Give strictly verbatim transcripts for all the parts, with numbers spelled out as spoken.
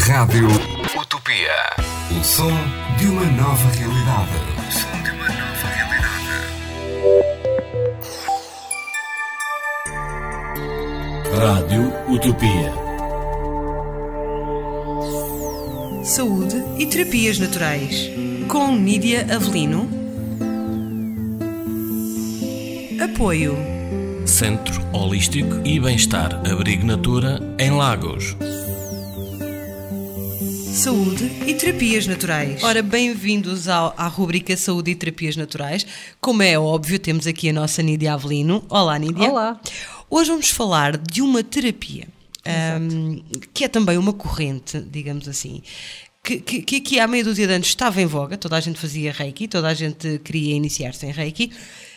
Rádio Utopia. O som de uma nova realidade. O som de uma nova realidade. Rádio Utopia. Saúde e terapias naturais. Com Nídia Avelino. Apoio Centro Holístico e Bem-Estar Abrigo Natura em Lagos. Saúde e terapias naturais. Ora, bem-vindos ao, à rubrica Saúde e Terapias Naturais. Como é óbvio, temos aqui a nossa Nídia Avelino. Olá, Nídia. Olá. Hoje vamos falar de uma terapia um, que é também uma corrente, digamos assim, que, que, que aqui há meia dúzia de anos estava em voga. Toda a gente fazia Reiki, toda a gente queria iniciar-se em Reiki.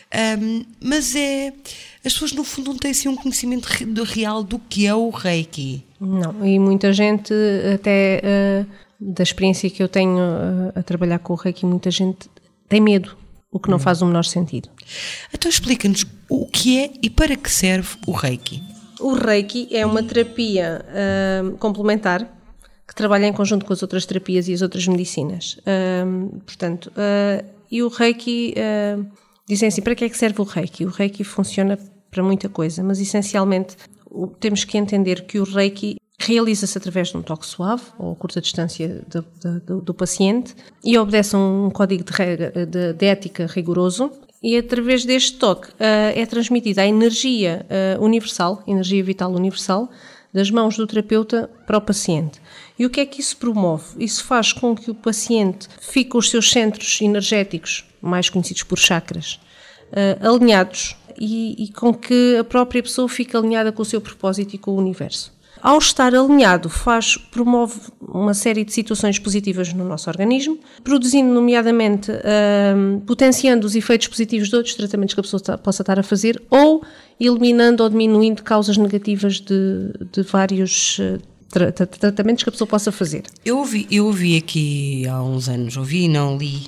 Um, mas é, as pessoas no fundo não têm assim um conhecimento real do que é o Reiki. Não, e muita gente, até uh, da experiência que eu tenho uh, a trabalhar com o Reiki, muita gente tem medo, o que não hum. faz o menor sentido. Então explica-nos o que é e para que serve o Reiki. O Reiki é uma terapia uh, complementar que trabalha em conjunto com as outras terapias e as outras medicinas. Uh, portanto, uh, e o Reiki... Uh, Dizem assim, para que é que serve o Reiki? O Reiki funciona para muita coisa, mas essencialmente temos que entender que o Reiki realiza-se através de um toque suave ou curta distância do, do, do paciente e obedece a um código de, regra, de, de ética rigoroso, e através deste toque uh, é transmitida a energia uh, universal, energia vital universal, das mãos do terapeuta para o paciente. E o que é que isso promove? Isso faz com que o paciente fique com os seus centros energéticos, mais conhecidos por chakras, uh, alinhados e, e com que a própria pessoa fique alinhada com o seu propósito e com o universo. Ao estar alinhado, faz, promove uma série de situações positivas no nosso organismo, produzindo, nomeadamente, uh, potenciando os efeitos positivos de outros tratamentos que a pessoa tá, possa estar a fazer, ou eliminando ou diminuindo causas negativas de, de vários uh, tra- tra- tratamentos que a pessoa possa fazer. Eu ouvi, eu ouvi aqui há uns anos, ouvi e não li,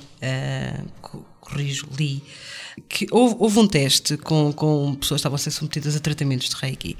uh, corrijo, li, que houve, houve um teste com, com pessoas que estavam a ser submetidas a tratamentos de Reiki.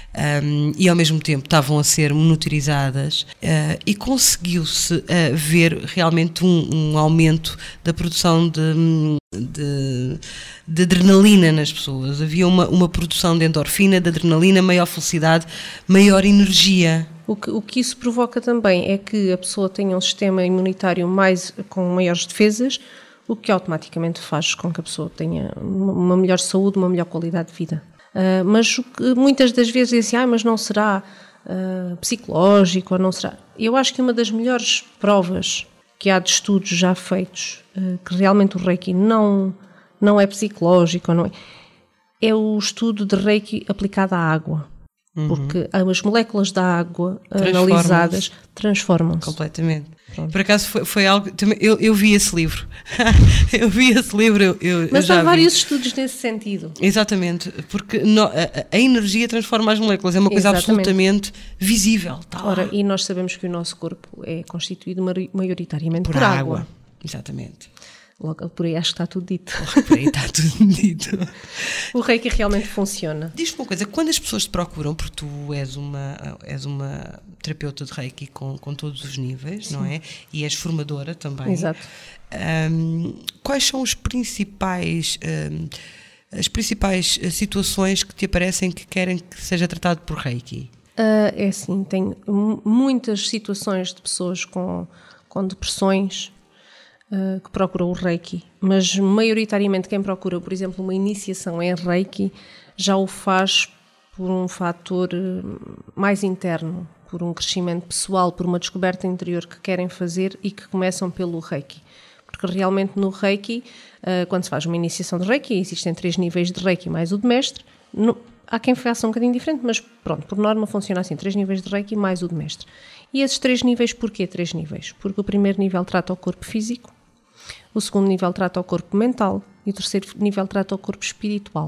Um, e ao mesmo tempo estavam a ser monitorizadas uh, e conseguiu-se uh, ver realmente um, um aumento da produção de, de, de adrenalina nas pessoas. Havia uma, uma produção de endorfina, de adrenalina, maior felicidade, maior energia. O que, o que isso provoca também é que a pessoa tenha um sistema imunitário mais, com maiores defesas, o que automaticamente faz com que a pessoa tenha uma melhor saúde, uma melhor qualidade de vida. Uh, mas muitas das vezes dizem assim, ah, mas não será uh, psicológico ou não será... Eu acho que uma das melhores provas que há de estudos já feitos, uh, que realmente o Reiki não, não é psicológico, não é, é o estudo de Reiki aplicado à água. Uhum. Porque as moléculas da água analisadas transformam-se. Completamente. Pronto. Por acaso foi, foi algo... Eu, eu vi esse livro. eu vi esse livro. Eu, eu, Mas eu há já vários vi. estudos nesse sentido. Exatamente. Porque no, a, a energia transforma as moléculas. É uma coisa Exatamente. absolutamente visível. Tá. Ora, e nós sabemos que o nosso corpo é constituído maioritariamente por, por água. água. Exatamente. Logo por aí acho que está tudo dito. Por aí está tudo dito. O Reiki realmente funciona. Diz-me uma coisa, quando as pessoas te procuram, porque tu és uma, és uma terapeuta de Reiki com, com todos os níveis, Sim. não é? E és formadora também. Exato. Um, quais são os principais, um, as principais situações que te aparecem que querem que seja tratado por Reiki? Uh, é assim, tem muitas situações de pessoas com, com depressões, Uh, que procuram o Reiki, mas maioritariamente quem procura, por exemplo, uma iniciação em Reiki, já o faz por um fator mais interno, por um crescimento pessoal, por uma descoberta interior que querem fazer e que começam pelo Reiki. Porque realmente no Reiki, uh, quando se faz uma iniciação de Reiki, existem três níveis de Reiki mais o de mestre. No, há quem faça um bocadinho diferente, mas pronto, por norma funciona assim, três níveis de Reiki mais o de mestre. E esses três níveis, porquê três níveis? Porque o primeiro nível trata o corpo físico, o segundo nível trata o corpo mental e o terceiro nível trata o corpo espiritual.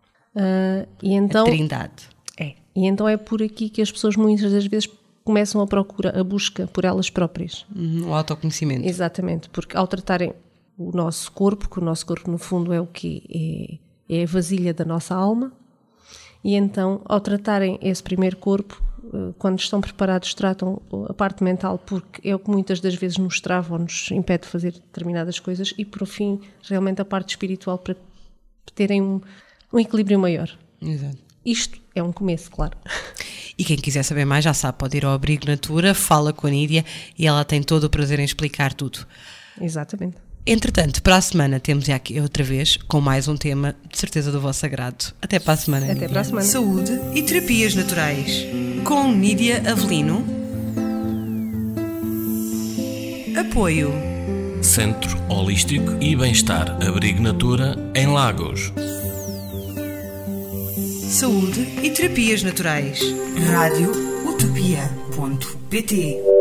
Uh, e então, a trindade. É. E então é por aqui que as pessoas muitas das vezes começam a procura, a busca por elas próprias. Uhum, o autoconhecimento. Exatamente, porque ao tratarem o nosso corpo, que o nosso corpo no fundo é o quê? É, é a vasilha da nossa alma, e então ao tratarem esse primeiro corpo, quando estão preparados, tratam a parte mental, porque é o que muitas das vezes nos trava ou nos impede de fazer determinadas coisas, e por fim, realmente a parte espiritual, para terem um, um equilíbrio maior. Exato. Isto é um começo, claro. E quem quiser saber mais já sabe, pode ir ao Abrigo Natura, fala com a Nídia e ela tem todo o prazer em explicar tudo. Exatamente. Entretanto, para a semana temos aqui outra vez com mais um tema de certeza do vosso agrado. Até para a semana. Até Nídia. para a semana. Saúde e terapias naturais com Nídia Avelino. Apoio Centro Holístico e Bem-Estar Abrigo Natura em Lagos. Saúde e terapias naturais. rádio utopia ponto pt